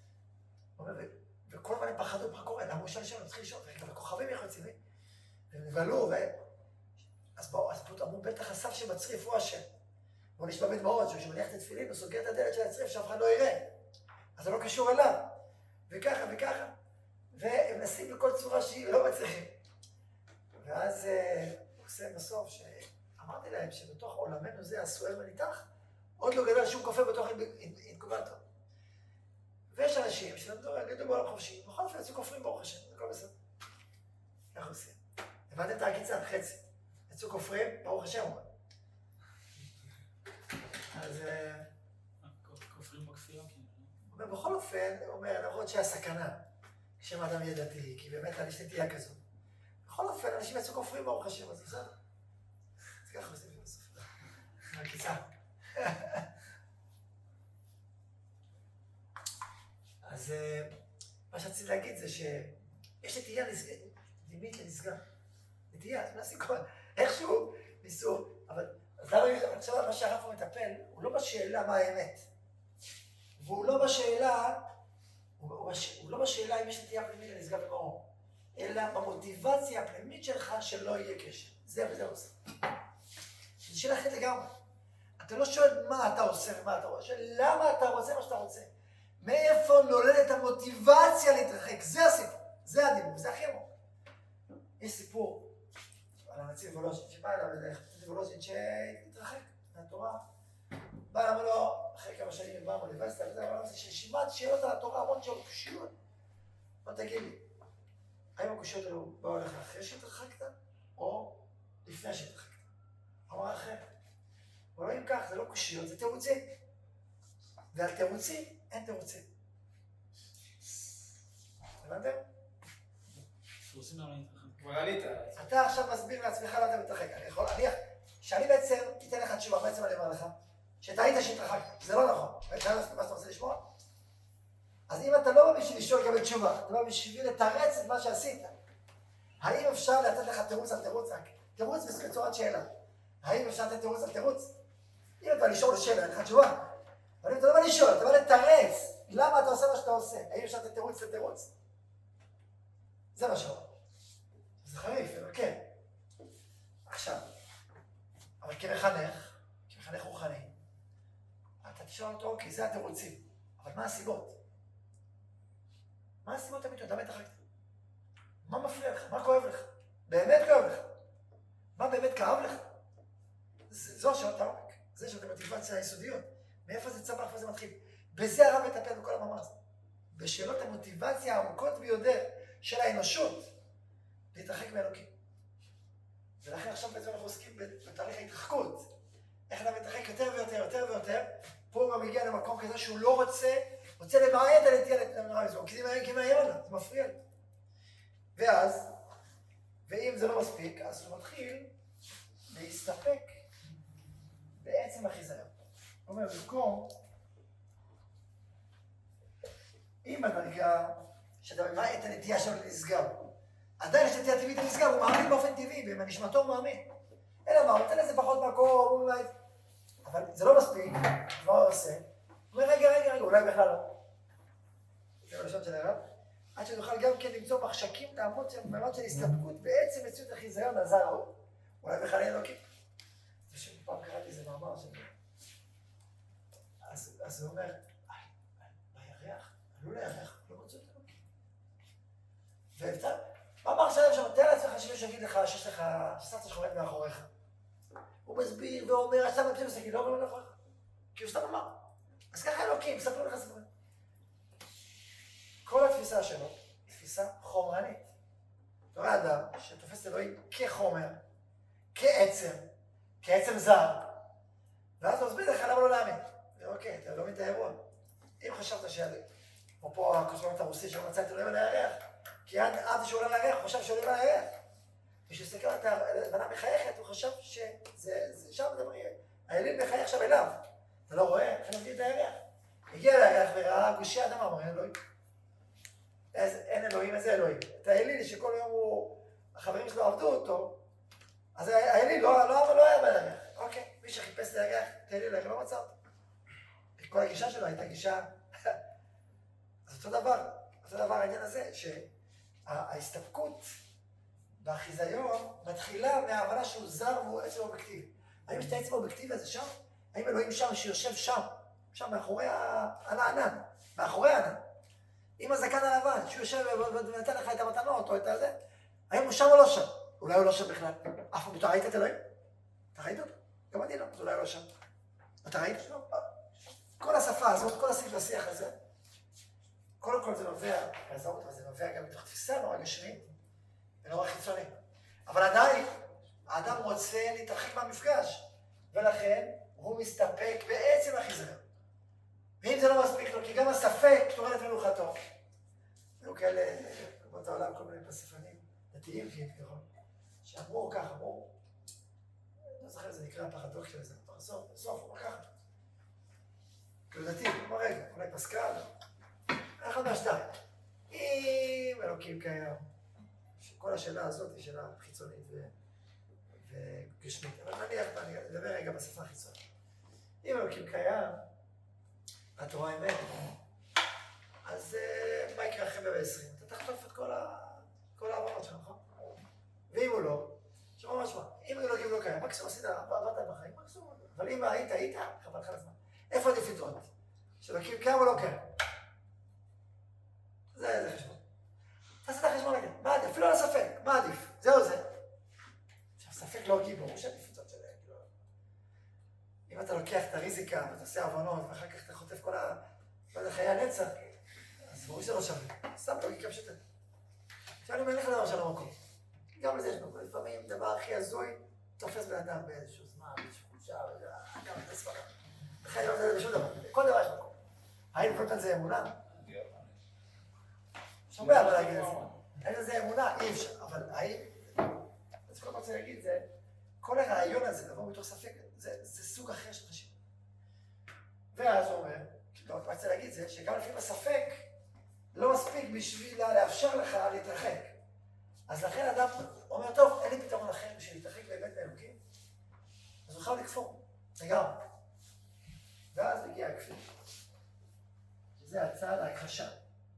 וכל הזמן הם פחדו, מה קורה? למה הוא שאל לשאול? הם התחיל לשאול, וגם הכוכבים איך יוצאים לי? והם נבהלו, ו... אז באו, אז פשוט אמרו, בטח הסף שבצריף הוא אשם. הוא נשמע בדמעות, שהוא שמניח את התפילין, הוא סוגר את הדלת של הצריף שאף אחד לא יראה. אז זה לא קשור אליו. וככה וככה. והם נסים בכל צורה שהיא לא מצליחים. ואז הוא עושה בסוף שאמרתי להם שבתוך עולמנו זה הסוער מניתח, עוד לא גדל שום קופא בתוך אינקובטור. ויש אנשים שלמדו, גדלו בעולם חופשי, בכל אופן יצאו כופרים ברוך השם, זה הכל בסדר. איך עושים? הבנתם את העקיצה, חצי. יצאו כופרים, ברוך השם אומר. אז... כופרים בכפירה כאילו. הוא אומר, בכל אופן, הוא אומר, למרות שהסכנה, כשם אדם ידעתי, כי באמת יש נטייה כזו. בכל אופן, אנשים יצאו כופרים ברוך השם, אז בסדר. אז ככה עושים בסוף. העקיצה. אז מה שרציתי להגיד זה שיש נטייה פנימית לנסגר. נטייה, זה נעשי כל... איכשהו ניסו, אבל... אז למה עכשיו מה שהרב פה מטפל, הוא לא בשאלה מה האמת. והוא לא בשאלה, הוא, בש... הוא לא בשאלה אם יש נטייה פנימית לנסגר במאור, אלא במוטיבציה הפנימית שלך שלא יהיה קשר. זה וזה עושה. זו שאלה אחרת לגמרי. אתה לא שואל מה אתה עושה ומה אתה רוצה, למה אתה רוצה מה שאתה רוצה. מאיפה נולדת המוטיבציה להתרחק? זה הסיפור, זה הדיבור, זה הכי עמוק. יש סיפור על הנציב וולוז'ין, שבא אליו הנציב וולוז'ין שהתרחק מהתורה. בא למה לו, אחרי כמה שנים בא באוניברסיטה וזה, אבל זה ששימת שאלות על התורה, המון שאלות קושיות. מה תגיד לי, האם הקושיות האלו באו לך אחרי שהתרחקת, או לפני שהתרחקת? אמר אחר. אבל לא אם כך, זה לא קושיות, זה תירוצים. ועל תירוצים, אין תירוצים. הבנתם? תירוצים למה להתרחק. כבר עלית. אתה עכשיו מסביר לעצמך למה אתה מתרחק. אני יכול, אני, שאני בעצם אתן לך תשובה, בעצם אני אומר לך, שטעית שהתרחקת, זה לא נכון. מה שאתה רוצה לשמוע? אז אם אתה לא בא בשביל לשאול לקבל תשובה, אתה בא בשביל לתרץ את מה שעשית. האם אפשר לתת לך תירוץ על תירוץ? תירוץ בצורת שאלה. האם אפשר לתת תירוץ על תירוץ? אם אתה לשאול שאלה, אין לך תשובה. אבל אם אתה לא בא לשאול, אתה בא לתרץ למה אתה עושה מה שאתה עושה. האם אפשר לתת תירוץ לתירוץ? זה מה שאומר. זה חריף, אבל כן. עכשיו, אבל כמחנך, כמחנך רוחני, אתה תשאל אותו, אוקיי, זה התירוצים. אבל מה הסיבות? מה הסיבות האמיתיות? אתה באמת החלטת? מה מפריע לך? מה כואב לך? באמת כואב לך? מה באמת כאב לך? זו השאלות העומק. זה שאתה מוטיבציה היסודיות. מאיפה זה צמח וזה מתחיל? בזה הרב מטפל בכל המאמר הזה. בשאלות המוטיבציה העמוקות ביותר של האנושות להתרחק מאלוקים. ולכן עכשיו בעצם אנחנו עוסקים בתהליך ההתרחקות. איך אתה מתרחק יותר ויותר, יותר ויותר. פה הוא גם מגיע למקום כזה שהוא לא רוצה, רוצה למעט על נטייה למנוע לזו. כי זה מאיים עליו, זה מפריע לי. ואז, ואם זה לא מספיק, אז הוא מתחיל להסתפק בעצם החיזיון. הוא אומר, במקום, אם הדרגה שאתה ממעט את הנטייה שלו לנסגר, עדיין יש נטייה טבעית לנסגר, הוא מאמין באופן טבעי, ובנשמתו הוא מאמין. אלא מה, הוא נותן לזה פחות מקום, הוא ממעט. אבל זה לא מספיק, מה הוא עושה? הוא אומר, רגע, רגע, רגע, אולי בכלל לא. זה בלשון של הרב. עד שנוכל גם כן למצוא מחשקים לעמוד שם במעמד של הסתפקות בעצם מציאות החיזיון מהזר ההוא. אולי בכלל אין אלוקים. זה שפעם קראתי איזה מאמר שלו. אז, אז הוא אומר, בירח, עלו לירח, לא מוצאו את אלוקים. ואתה, מה אמר שלם שם, תן לעצמך שיש שיגיד לך שיש לך, שסבתא שלך עומד מאחוריך. הוא מסביר ואומר, אתה ממציא מסתכל, לא אומר מאחוריך. כי הוא סתם אמר. אז ככה אלוקים, ספרו לך ספרים. כל התפיסה שלו היא תפיסה חומרנית. אתה רואה אדם שתופס אלוהים כחומר, כעצם, כעצם זר, ואז הוא מסביר לך למה לא להאמין. אוקיי, אתה לא מבין את האירוע. אם חשבת שאלה, כמו פה הקוסמונאוט הרוסי שלא מצא את אלוהים על הירח, כי עד, עד שהוא עולה לירח, הוא חשב שאלוהים על הירח. כשהוא הסתכל על הבנה מחייכת, הוא חשב שזה, זה, שם זה מראה. האליל מחייך שם אליו. אתה לא רואה? איך נביא את הירח? הגיע לירח וראה גושי אדמה, אמר, אין אלוהים. אז אין אלוהים, איזה אלוהים? את האליל שכל יום הוא, החברים שלו עבדו אותו, אז האליל לא, לא, לא היה בירח. אוקיי, מי שחיפש לירח, את האליל לא מצא אותו. כל הגישה שלו הייתה גישה, אז אותו דבר, אותו דבר העניין הזה, שההסתפקות באחיזיון מתחילה מההבנה שהוא זר והוא עצם אובייקטיבי. האם יש את העצם האובייקטיבי הזה שם? האם אלוהים שם שיושב שם, שם מאחורי הענן, מאחורי הענן, עם הזקן הלבן, שהוא יושב ונתן לך את המתנות או את הזה, האם הוא שם או לא שם? אולי הוא לא שם בכלל. אף פעם אתה ראית את אלוהים? אתה ראית אותו? גם אני לא, אז אולי הוא לא שם. אתה ראית שלא? כל השפה הזאת, כל השיח והשיח הזה, קודם כל זה נובע, כזאת, אבל זה נובע גם מתוך תפיסה נורא גשמית ונורא חיצונית. אבל עדיין, האדם רוצה להתרחק מהמפגש, ולכן הוא מסתפק בעצם החיזיון. ואם זה לא מספיק לו, כי גם הספק תורן את מנוחתו. היו כאלה, במות העולם, כל מיני פסיפנים, דתיים כביכול, שאמרו ככה, אמרו, לא זוכר, זה נקרא פרדוקס של זה, בסוף, בסוף, הוא אומר ככה. כאילו דתי, הוא אומר רגע, אולי פסקל, אחד מהשתיים. אם אלוקים קיים, שכל השאלה הזאת היא שאלה חיצונית וגשמית, אבל נניח, אני אדבר רגע בשפה החיצונית. אם אלוקים קיים, התורה אמת, אז מה יקרה אחרי מאה ועשרים? אתה תחטוף את כל העברות שלך, נכון? ואם הוא לא, שמע משמע, אם אלוקים לא קיים, מקסימום עשית עברת בחיים, מקסימום, אבל אם היית, היית, חבל לך לזמן. איפה עדיף לטעות? שאלוקים קיים או לא קיים? זה, זה חשבון. תעשה את החשבון רגע, מה עדיף? אפילו על הספק, מה עדיף? זהו זה. עכשיו, ספק לא גיבור, הוא שעדיף לטעות שלהם, כאילו. אם אתה לוקח את הריזיקה ואתה עושה הבנות, ואחר כך אתה חוטף כל ה... לא יודע, חיי הנצח, אז ברור שזה לא שווה. סתם לוגיקה פשוטה. עכשיו אני אומר לך דבר שלא מקום. גם לזה יש מקום. לפעמים דבר הכי הזוי, תופס בן אדם באיזשהו זמן, באיזשהו חודשה, אדם, זה ספרה. לכן לא זה בשום דבר. כל דבר יש מקום. האם קודם כל זה אמונה? שומע מה להגיד את זה. אין לזה אמונה, אי אפשר. אבל האם... אז כל מה רוצה להגיד זה, כל הרעיון הזה, לבוא מתוך ספק, זה, זה סוג אחר של חשיבה. ואז הוא אומר, לא, מה רוצה להגיד זה, שגם לפעמים הספק לא מספיק בשביל לאפשר לך להתרחק. אז לכן אדם אומר, טוב, אין לי פתרון אחר בשביל להתרחק באמת מאלוקים. אז הוא חייב לכפור, לגמרי. ואז הגיע הכפיר. שזה הצעד ההכחשה.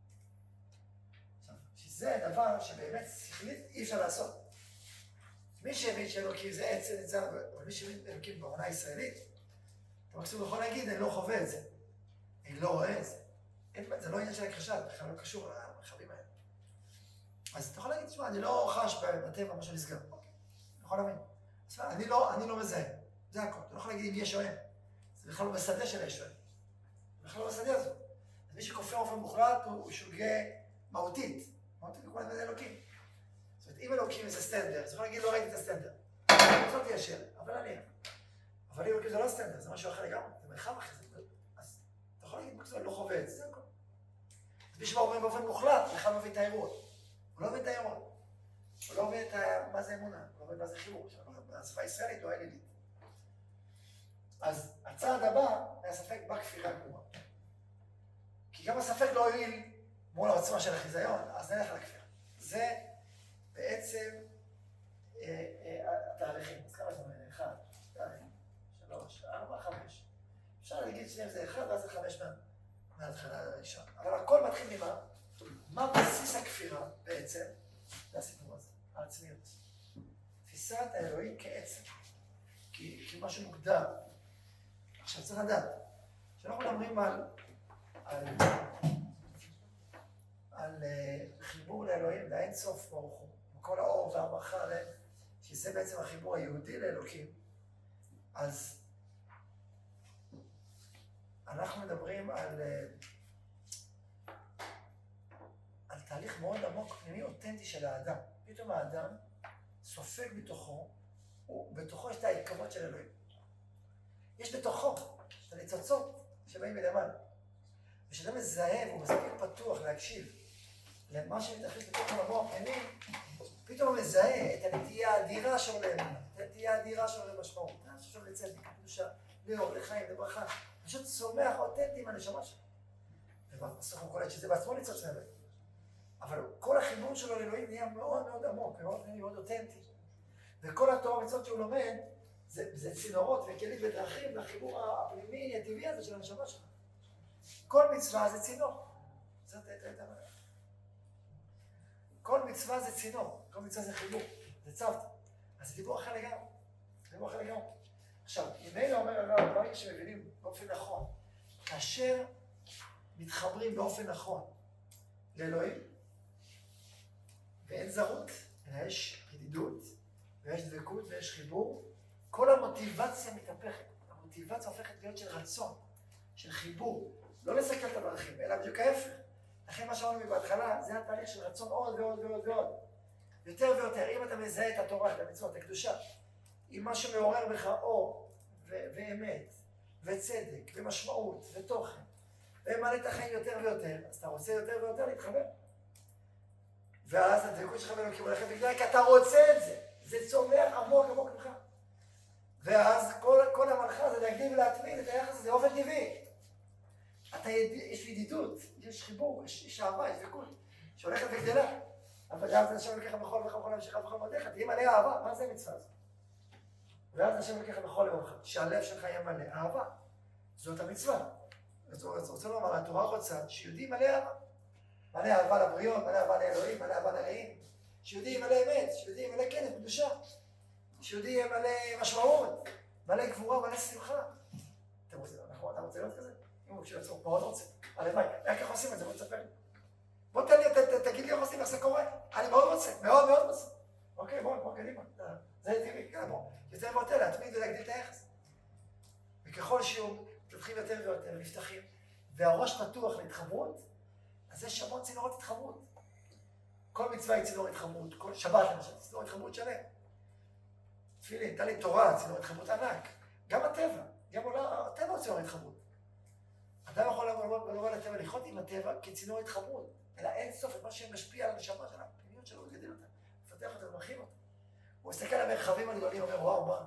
שזה דבר שבאמת שכלית אי אפשר לעשות. מי שהבין שאלוקים זה עצם נצר, אבל מי שהבין אלוקים בעונה הישראלית, אתה מקסימום יכול להגיד, אני לא חווה את זה. אני לא רואה את זה. זה לא עניין של הכחשה, זה בכלל לא קשור למרחבים האלה. אז אתה יכול להגיד, תשמע, אני לא חש בטבע משהו נסגר. אוקיי, אני יכול להבין. אז אני לא, אני לא מזהה. זה הכל. אתה לא יכול להגיד אם יש או אין. זה בכלל לא בשדה של יש או אין. זה בכלל לא בשדה הזו. אז מי שכופר באופן מוחלט הוא שוגה מהותית. מהותית כמו את אלוקים. זאת אומרת, אם אלוקים זה סטנדר, אז אתה יכול להגיד, לא ראיתי את הסטנדר. זאת תהיה שאלה, אבל אני... אבל אם אלוקים זה לא סטנדר, זה משהו אחר לגמרי. זה מרחב אחר. אז אתה יכול להגיד, אני לא חווה את זה. זה הכל. אז מי שאומרים באופן מוחלט, בכלל לא מבין את האירוע. הוא לא מבין את האירוע. הוא לא מבין את מה זה אמונה, הוא לא מבין מה זה חיבור. בשפה הישראלית הוא האלילית. אז הצעד הבא, היה ספק בכפירה גמורה. כי גם הספק לא הועיל מול העוצמה של החיזיון, אז נלך לכפירה. זה בעצם התהליכים. אז כמה זמן? אחד, שתיים, שלוש, ארבע, חמש. אפשר להגיד שניהם זה אחד, ואז זה חמש מההתחלה הראשון. אבל הכל מתחיל ממה? מה בסיס הכפירה בעצם? זה הסיפור הזה, העצמיות. תפיסת האלוהים כעצם, כמשהו מוגדר. עכשיו צריך לדעת, כשאנחנו מדברים על, על, על חיבור לאלוהים, לאין סוף ברוך הוא, כל האור והברכה עליהם, שזה בעצם החיבור היהודי לאלוקים, אז אנחנו מדברים על, על תהליך מאוד עמוק, פנימי אותנטי של האדם. פתאום האדם סופג בתוכו, ובתוכו יש את העיקבות של אלוהים. יש בתוכו את הניצוצות שבאים מלמעלה. ושאדם מזהה והוא מספיק פתוח להקשיב למה שמתרחש בתוך המבוא הפנימי, פתאום הוא מזהה את הנטייה האדירה שלו לאמונה, את הנטייה האדירה שלו למשמעות, שלו לצדק, לקדושה, לאור, לחיים, לברכה. פשוט צומח אותנטי מהנשמה שלו. ובסוף הוא קולט שזה בעצמו ניצוץ מאלוהים. אבל כל החיבור שלו לאלוהים נהיה מאוד מאוד עמוק, מאוד פנימי, מאוד אותנטי. וכל התורה המצוות שהוא לומד, זה, זה צינורות וכלים ודרכים לחיבור הפנימי, הטבעי הזה של הנשמה שלו. כל מצווה זה צינור. זאת הייתה המעלה. כל מצווה זה צינור, כל מצווה זה חיבור, זה צוותא. אז זה דיבור אחר לגמרי, זה דיבור אחר לגמרי. עכשיו, ממילא אומר הרב, דברים שמבינים באופן נכון, כאשר מתחברים באופן נכון לאלוהים, ואין זרות, אלא יש ידידות, ויש דבקות ויש חיבור, כל המוטיבציה מתהפכת. המוטיבציה הופכת להיות של רצון, של חיבור, לא לסכל את הדרכים, אלא בדיוק ההפך. לכן מה שאמרנו בהתחלה, זה התהליך של רצון עוד ועוד ועוד ועוד. יותר ויותר, אם אתה מזהה את התורה, את המצוות, את הקדושה, אם משהו מעורר בך אור, ו- ואמת, וצדק, ומשמעות, ותוכן, ומעלה את החיים יותר ויותר, אז אתה רוצה יותר ויותר להתחבר. ואז הדבקות שלך באלוקים הולכת בגלל, כי אתה רוצה את זה. זה צומח עמוק עמוק ממך. ואז כל, כל המלאכה זה להגדיל ולהתמיד את היחס הזה באופן טבעי. אתה יד... יש ידידות, יש חיבור, יש, יש אהבה, יש דבקות, שהולכת וגדלה. אבל גם השם אלוקיך בכל לבבך ובכל נפשך ובכל מאודיך, תהיה מלא אהבה. מה זה המצווה הזאת? ואז השם אלוקיך בכל לבבך, שהלב שלך יהיה מלא אהבה. זאת המצווה. אז רוצה לומר, התורה רוצה שיהודי מלא אהבה. מלא אהבה לבריות, מלא אהבה לאלוהים, מלא אהבה לרעים. שיהודי יהיה מלא אמת, שיהודי יהיה מלא כנף, קדושה. שיהודי יהיה מלא משמעות, מלא גבורה, מלא שמחה. אתה רוצה, נכון, אתה רוצה להיות כזה? אם הוא כשלעצמו, מאוד רוצה. הלוואי, איך איך עושים את זה? בוא תספר לי. בוא תן לי, תגיד לי איך עושים, איך זה קורה. אני מאוד רוצה, מאוד מאוד רוצה. אוקיי, בוא, בוא, קדימה. זה טבעי, בוא. יותר ויותר, להתמיד ולהגדיל את היחס. וככל שהוא פותחים יותר ויותר, נפתחים, והראש פתוח להתחברות, אז יש המון צינורות התחברות. כל מצווה היא צינור התחברות, כל שבת למשל, צינור התחברות שלם. תפילין, תן לי תורה, צינור התחברות ענק. גם הטבע, גם עולה, הטבע הוא צינור התחברות. אדם יכול לבוא לטבע לחיות עם הטבע כצינור התחברות, אלא אין סוף את מה שמשפיע על הנשמה של הפנימיות שלו, הוא יגדל אותה, מפתח אותה ומרחיב אותה. הוא מסתכל על המרחבים הגדולים, אומר, וואו, מה?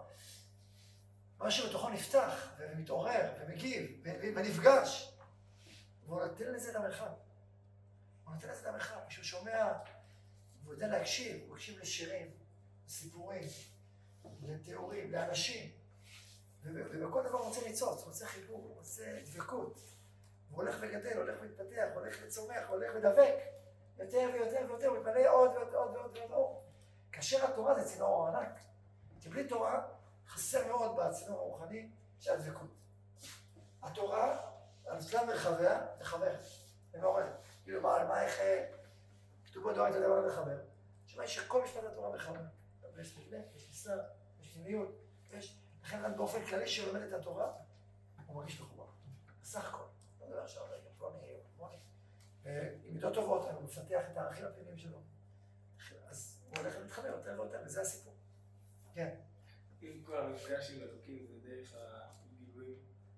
משהו בתוכו נפתח, ומתעורר, ומגיב, ונפגש. והוא נותן לזה את המרחב. הוא נותן לזה את המרחב, כשהוא שומע, והוא יודע להקשיב, הוא מקשיב לשירים, לסיפורים, לתיאורים, לאנשים. ובכל דבר הוא רוצה ניצוץ, הוא רוצה חיבור, הוא רוצה דבקות. הוא הולך וגדל, הולך ומתפתח, הולך וצומח, הולך ודבק. יותר ויותר ויותר, הוא מתמלא עוד ועוד ועוד ועוד ועוד אור. כאשר התורה זה צינור אור ענק. כי בלי תורה חסר מאוד בצינור הרוחני של הדבקות. התורה, על שלל מרחביה, מחברת, ומעוררת. כאילו מה, על מה איך כתוב בדורה את הדבר לחבר? שמה יש שכל משפט התורה מחבר. יש מבנה, יש תפיסה, יש פנימיות, יש... לכן רק באופן כללי שלומד את התורה, הוא מרגיש מחובר. בסך הכל. לא מדבר עכשיו, רגע, פלוני, פלוני. עם מידות טובות, הוא מפתח את הערכים הפנימיים שלו. אז הוא הולך להתחבר יותר ויותר, וזה הסיפור. כן. אם כל המפגש עם אלוקים זה דרך הגילויים.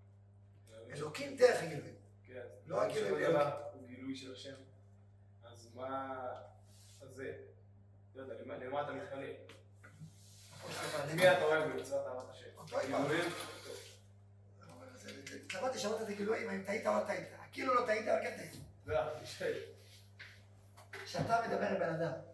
אלוקים דרך הגילויים. כן. לא הגילויים. הוא גילוי של השם. אז מה... אז זה... לא יודע, למה אתה מתחלק? מי אתה אוהב במצוות אהבת השם? גילויים? קראתי שמעת את הגילויים, אם טעית או לא טעית. כאילו לא טעית, אבל כן טעית. לא, תשאל. כשאתה מדבר עם בן אדם,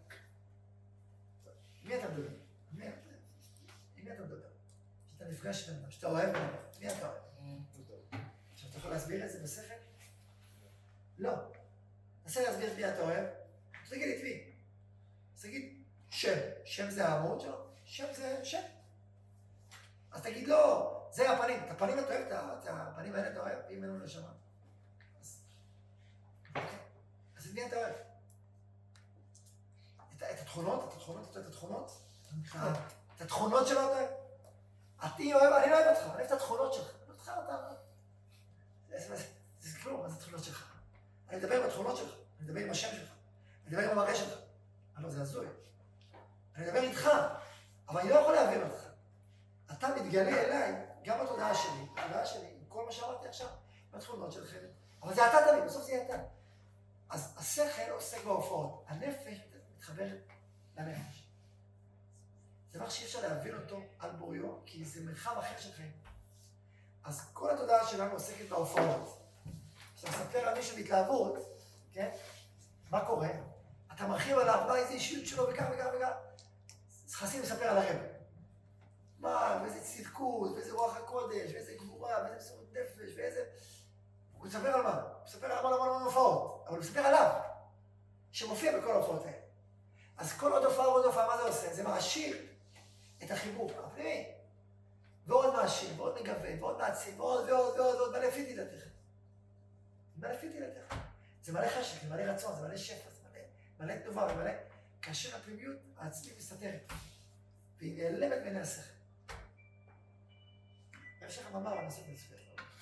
מי אתה מדבר? מי אתה? עם מי אתה מדבר? כשאתה נפגש עם בן אדם, כשאתה אוהב בן אדם, מי אתה אוהב? עכשיו, אתה יכול להסביר את זה בשכל? לא. תנסה להסביר את מי אתה אוהב, אז תגיד את מי. אז תגיד שם. שם זה העמוד שלו, שם זה שם. אז תגיד לא, זה הפנים. את הפנים אתה אוהב, את הפנים האלה אתה אוהב, אם אין לנו נשמה. אז את מי אתה אוהב? את התכונות, את התכונות, את התכונות, את התכונות שלו אתה אוהב. אני אוהב, אני לא אוהב אותך, אני אוהב את התכונות שלך. אני אותך אתה... זה כלום, מה זה התכונות שלך? אני מדבר עם התכונות שלך, אני מדבר עם השם שלך, אני מדבר עם המראה שלך. אני לא, זה הזוי. אני מדבר איתך, אבל אני לא יכול להבין אותך. אתה מתגלה אליי, גם בתודעה שלי, בתודעה שלי, עם כל מה שאמרתי עכשיו, בתכונות שלכם. אבל זה אתה תמיד, בסוף זה יהיה אתה. אז השכל עוסק בהופעות, הנפש מתחברת לנפש. זה דבר שאי אפשר להבין אותו על בוריו, כי זה מרחב אחר של חיים. אז כל התודעה שלנו עוסקת בהופעות. כשאתה מספר על מישהו בהתלהבות, כן? מה קורה? אתה מרחיב עליו, מה איזה אישיות שלו וכך וכך וכך. אז חסיד מספר על הרב. מה, ואיזה צדקות, ואיזה רוח הקודש, ואיזה גבורה, ואיזה מסירות נפש, ואיזה... הוא מספר על מה? הוא מספר על המון המון המון הופעות, אבל הוא מספר עליו, שמופיע בכל ההופעות האלה. אז כל עוד הופעה ועוד הופעה, מה זה עושה? זה מעשיר את החיבור הפנימי. ועוד מעשיר, ועוד מגוון, ועוד מעצים, ועוד ועוד ועוד ועוד, מלא פיתי לתך. מלא פיתי לתך. זה מלא חשק, זה מלא רצון, זה מלא שפע, זה מלא, מלא תנובה, זה מלא... כאשר הפנימיות העצמית מסתתרת, והיא נעלמת בין השכל. יש לך מאמר על נושא בצפיר.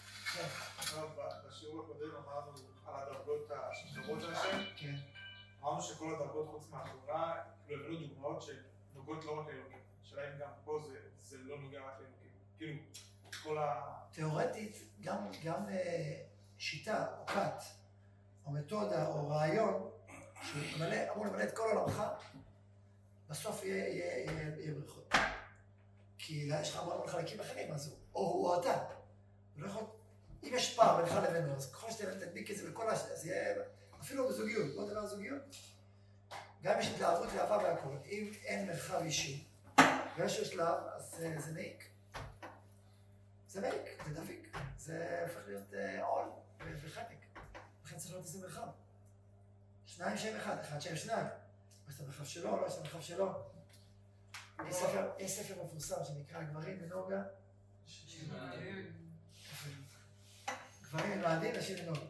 בשיעור הקודם אמרנו על הדרגות השחרות של השם. כן. אמרנו שכל הדרגות חוץ מהחברה, כאילו הבאנו דוגמאות שנוגעות לא רק לאלוקים. השאלה אם גם פה זה לא נוגע רק לאלוקים. כאילו, כל ה... תיאורטית, גם שיטה, או כת, או מתודה, או רעיון, שאמור למלא את כל עולמך, בסוף יהיה בריחות. כי יש לך המון חלקים אחרים, אז או הוא או אתה. אם יש פער בינך לבינו, אז ככל שאתה תדביק את זה בכל השני, אז יהיה... אפילו בזוגיות, בוא נדבר על זוגיות. גם אם יש התלהבות ואהבה והכל, אם אין מרחב אישי, באיזשהו שלב, אז זה מעיק. זה מעיק, זה דביק. זה הופך להיות עול וחנק. לכן צריך להיות איזה מרחב. שניים שהם אחד, אחד שהם שניים. לא יש את המרחב שלו, לא יש את המרחב שלו. יש ספר מפורסם שנקרא גברים בנוגה. גברים מלמדים, נשים בנוגה.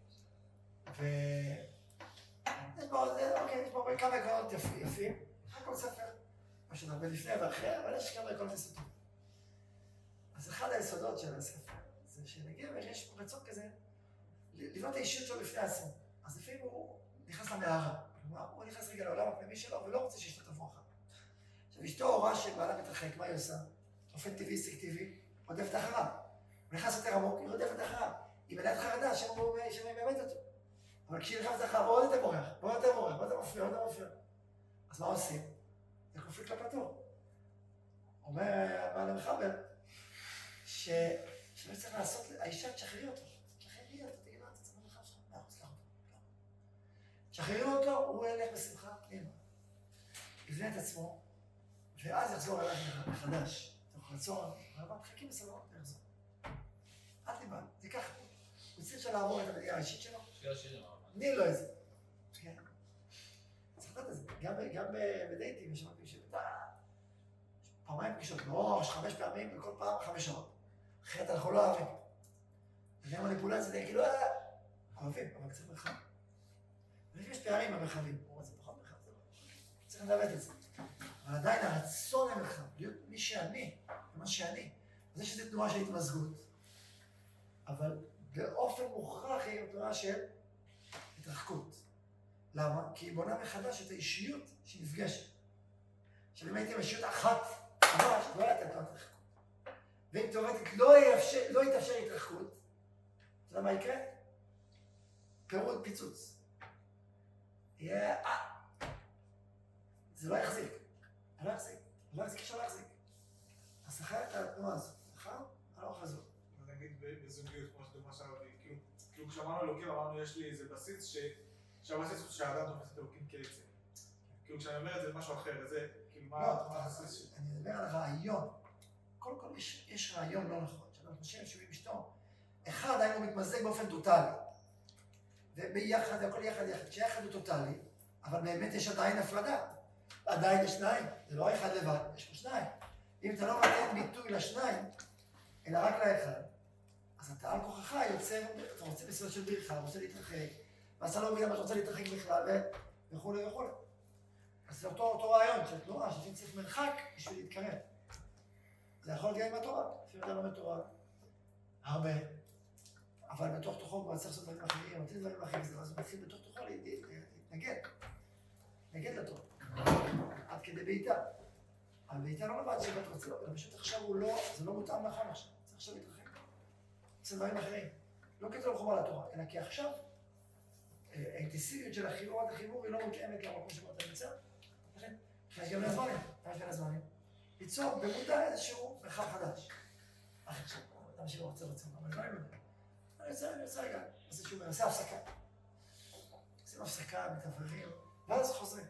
ויש בו, אוקיי, יש בו כמה עקרונות יפים. הכל ספר. יש עוד הרבה לפני ואחרי, אבל יש כמה עקרונות יסודות. אז אחד היסודות של הספר זה שלגבר יש פה רצון כזה לבנות האישיות שלו לפני עצמו. אז לפעמים הוא נכנס למערה. כלומר, הוא נכנס רגע לעולם הפנימי שלו ולא רוצה שאשתו תבוא אחר. עכשיו, אשתו הורה שבעלה מתרחק, מה היא עושה? באופן טבעי, אינסטינקטיבי, רודפת אחריו. הוא נכנס יותר עמוק, היא רודפת אחריו. היא מלאת חרדה, שם הוא מאבד אותו. אבל כשהיא נכנסת אחריו, עוד יותר בורח, עוד יותר בורח, עוד יותר מפריע, עוד יותר מפריע. אז מה עושים? זה קונפליקט לא פתור. אומר הבעל המחבר, שלא צריך לעשות, האישה תשחררי אותו. תשחררי אותו, תגיד לו, אתה צריך למרחב שלך. לא, סלח אותו. תשחררי אותו, הוא ילך בשמחה פנימה. יבנה את עצמו, ואז יחזור אליו מחדש. תוך רצון, אבל תחכי בסלון, ויחזור. אל תיבן, זה ככה. הוא צריך שם לעבור את המדינה האישית שלו. שיר השירים. תני לו את זה. כן. צריך לדעת את זה. גם בדייטים, יש אמרתי שאתה... פעמיים פגישות, לא, חמש פעמים, וכל פעם חמש שעות. אחרת אנחנו לא אוהבים. וגם מניפולציה, זה כאילו, אה... אוהבים, אבל צריך מרחב. ולפעמים יש פערים במרחבים. הוא אומר, זה פחות מרחב, זה לא. צריך לדעת את זה. אבל עדיין הרצון למרחב, להיות מי שאני, מה שאני. אז יש איזו תנועה של התמזגות. אבל באופן מוכרח היא תנועה של התרחקות. למה? כי היא בונה מחדש את האישיות שנפגשת. עכשיו, אם הייתי עם אישיות אחת, ממש, לא הייתה תנועת התרחקות. ואם תיאורטית לא יתאפשר התרחקות, אתה יודע מה יקרה? פירוד פיצוץ. יהיה... זה לא יחזיק. זה לא יחזיק. זה לא יחזיק, שלא יחזיק. אז שחרר את התנועה הזאת. שחרר? הלוך חזור. אז נגיד בזוגיות, כמו שדוגמה שאמרתי, כאילו כשאמרנו אלוקים, אמרנו יש לי איזה בסיס שהבסיס הוא שהאדם תופס את אלוקים כעצם. כאילו כשאני אומר את זה משהו אחר, זה כאילו מה הבסיס שלי? אני מדבר על הרעיון. קודם כל יש רעיון לא נכון, שאנחנו חושבים שהוא עם אשתו. אחד, היינו מתמזג באופן טוטלי. וביחד, הכל יחד יחד. כשיחד הוא טוטלי, אבל באמת יש עדיין הפרדה. עדיין יש שניים, זה לא אחד לבד, יש פה שניים. אם אתה לא נותן ביטוי לשניים, אלא רק לאחד, אז אתה על כוחך יוצר, אתה רוצה בסביבות של בריחה, רוצה להתרחק, ואז אתה לא מבין למה אתה רוצה להתרחק בכלל, וכו' וכו'. אז זה אותו, אותו רעיון של תנועה, שאתה צריך מרחק בשביל להתקרב. זה יכול להיות גם עם התורה, אפילו אתה לומד תורה, הרבה, אבל בתוך תוכו כבר צריך לעשות דברים אחרים, אותי דברים אחרים, אז הוא מתחיל בתוך תוכו להתנגד, להתנגד לתורה, עד כדי בעיטה. אבל בעיטה לא נובעת שבאת רוצה, אלא פשוט עכשיו הוא לא, זה לא מותאם נכון עכשיו, צריך עכשיו להתרחק. זה דברים אחרים, לא כתוב חובה לתורה, אלא כי עכשיו, האינטנסיביות של החיבור עד החיבור היא לא מותאמת למקום שבו אתה נמצא. לכן, יש גם לזמנים, יש גם לזמנים. ליצור במודע איזשהו מרחב חדש. אחרי עכשיו, אדם שלא רוצה רוצה, אבל לא יודע. אני רוצה, אני רוצה רגע, עושה שהוא עושה הפסקה. עושים הפסקה, מתעברים, ואז חוזרים.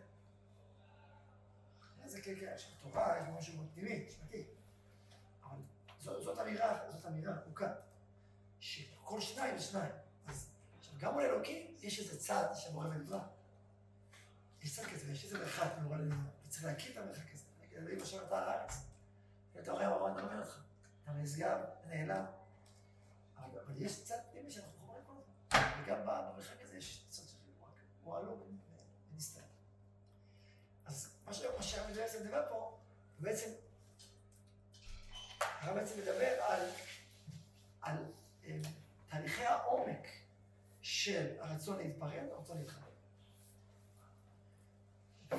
זה ככה, יש תורה, יש משהו מאוד פנימי, שנתי. אבל זאת אמירה, זאת אמירה ארוכה, שכל שניים ושניים. אז גם מול אלוקים יש איזה צד שמורה ונברא. יש צד כזה, יש איזה מרחק מורה לנברא, וצריך להכיר את המרחק הזה. אלוהים עכשיו אתה על הארץ. אתה רואה מה אני אומר אותך. אתה נשגב, נעלם. אבל יש צד פנימי שאנחנו חומרים כל הזמן. וגם במרחק הזה יש צד שהוא עלו ונסתר. אז מה שהרב בעצם מדבר פה, בעצם, הרב בעצם מדבר על, על תהליכי העומק של הרצון להתפרד והרצון להתחבר. ו...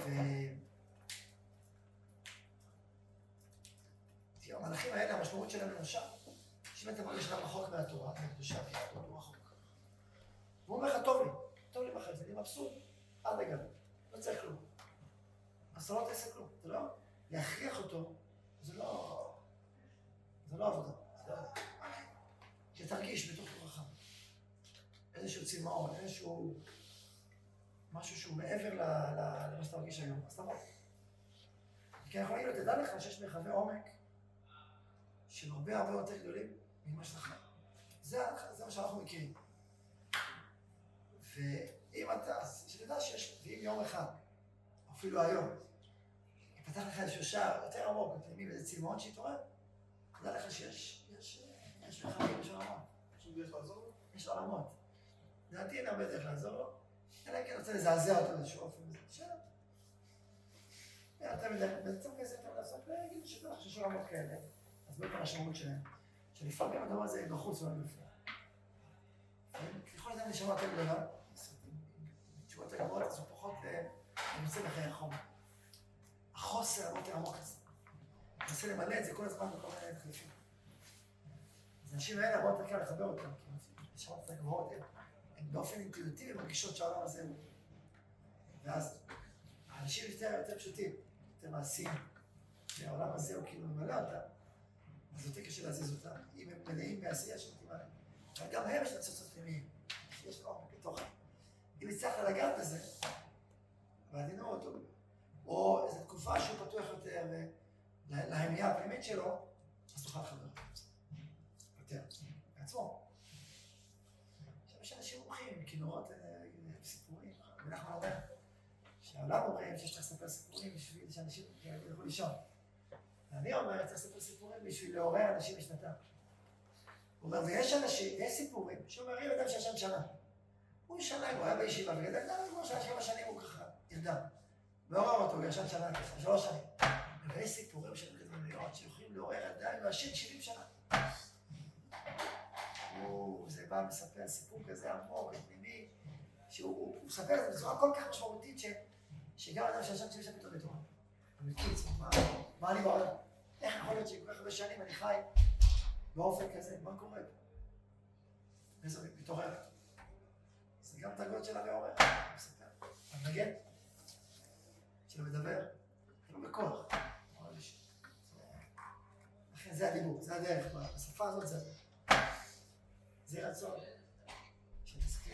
תראו, המהלכים האלה, המשמעות שלהם למשל, שאם אתה מרגיש שאתה רחוק מהתורה, מהקדושה, הוא רחוק. והוא אומר לך, טוב לי, טוב לי בחיים, אני מבסוט, עד רגע, לא צריך כלום. אז אתה לא תעשה כלום, אתה לא? להכריח אותו, זה לא... זה לא עבודה, זה לא... שתרגיש בתוך תוכך. איזשהו צמאון, איזשהו... משהו שהוא מעבר למה שאתה מרגיש היום, אז תבוא. כי אנחנו נגיד לו, תדע לך שיש מרחבי עומק שהם הרבה הרבה יותר גדולים ממה שלך. זה, זה מה שאנחנו מכירים. ואם אתה, שתדע שיש, ואם יום אחד, אפילו היום, יפתח לך איזשהו שער יותר עמוק, פנימי ואיזה צמאון שהתעורר, תדע לך שיש, יש, יש מרחבים, יש עולמות. יש לו דרך לעזור לו? יש עולמות. לדעתי אין הרבה דרך לעזור לו, אלא אם כן רוצה לזעזע אותו באיזשהו אופן וזה, שאלה. אתה בעצם כזה אתה לעשות, ויגידו שתדע לך שיש עולמות כאלה, אז בואי את המשמעות שלהם, שלפעמים הדבר הזה בחוץ ולא בפנים. ככל אדם נשמה יותר גדולה, עם תשובות הגבוהות, אז הוא פחות נמצא בחיי החום. החוסר הרבה יותר עמוק הזה. הוא מנסה למלא את זה כל הזמן בכל מיני תחליפים. אז האנשים האלה הרבה יותר קל לחבר אותם, כי נשמות יותר גבוהות, הם באופן אינטואיטיבי מרגישות שהעולם הזה הוא. ואז האנשים יותר פשוטים, יותר מעשיים, שהעולם הזה הוא כאילו ממלא אותם, אז יותר קשה להזיז אותם, אם הם מלאים בעשייה שמתאימה להם. אבל גם הם יש לצוצות פנימיים, יש לו עומק בתוכם. אם יצטרך לגעת בזה, בעדינות, או, או איזו תקופה שהוא פתוח יותר להמייה הפנימית שלו, אז תוכל לחבר אותו. יותר, בעצמו. עכשיו יש אנשים מומחים, כינורות, סיפורים, ואנחנו אומר שהעולם אומרים שיש צריך לספר סיפורים בשביל שאנשים ילכו לישון. ואני אומר, צריך לספר סיפורים בשביל לעורר אנשים משנתם. הוא אומר, ויש אנשים, יש סיפורים, שאומרים אדם שישן שנה. הוא שנה, הוא היה בישיבה, וגדל גם כמו שבע שנים הוא ככה, נרדם. ועורר אותו, הוא ישן שנה ככה, שלוש שנים. ויש סיפורים של כדמוניות שיכולים לעורר אדם להשאיר שבעים שנה. זה בא מספר סיפור כזה עמוק, פנימי, שהוא מספר את זה בצורה כל כך משמעותית, שגם אדם שישן שבעים שנה פתאום מתעורר. הוא מכיר את זה, מה אני בעולם? איך יכול להיות שכל כך הרבה שנים אני חי באופן כזה, מה קורה? וזה מתעורר. זה גם דרגות של המעורר, הוא מספר. המנגן, שלא מדבר, זה לא בכוח. לכן זה הדיבור, זה הדרך, בשפה הזאת זה הדרך. זה רצון, שנזכה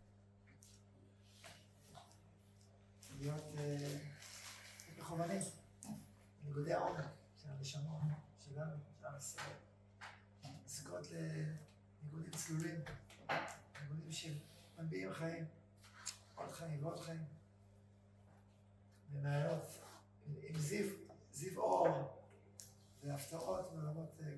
להיות מכוונים, בניגודי העומק של הנשמות, שלנו, של עם ישראל. לזכות לניגודים צלולים, ניגודים שמנביעים חיים, עוד חיים ועוד חיים. ומעלות עם זיו, זיו אור, והפתעות מעולמות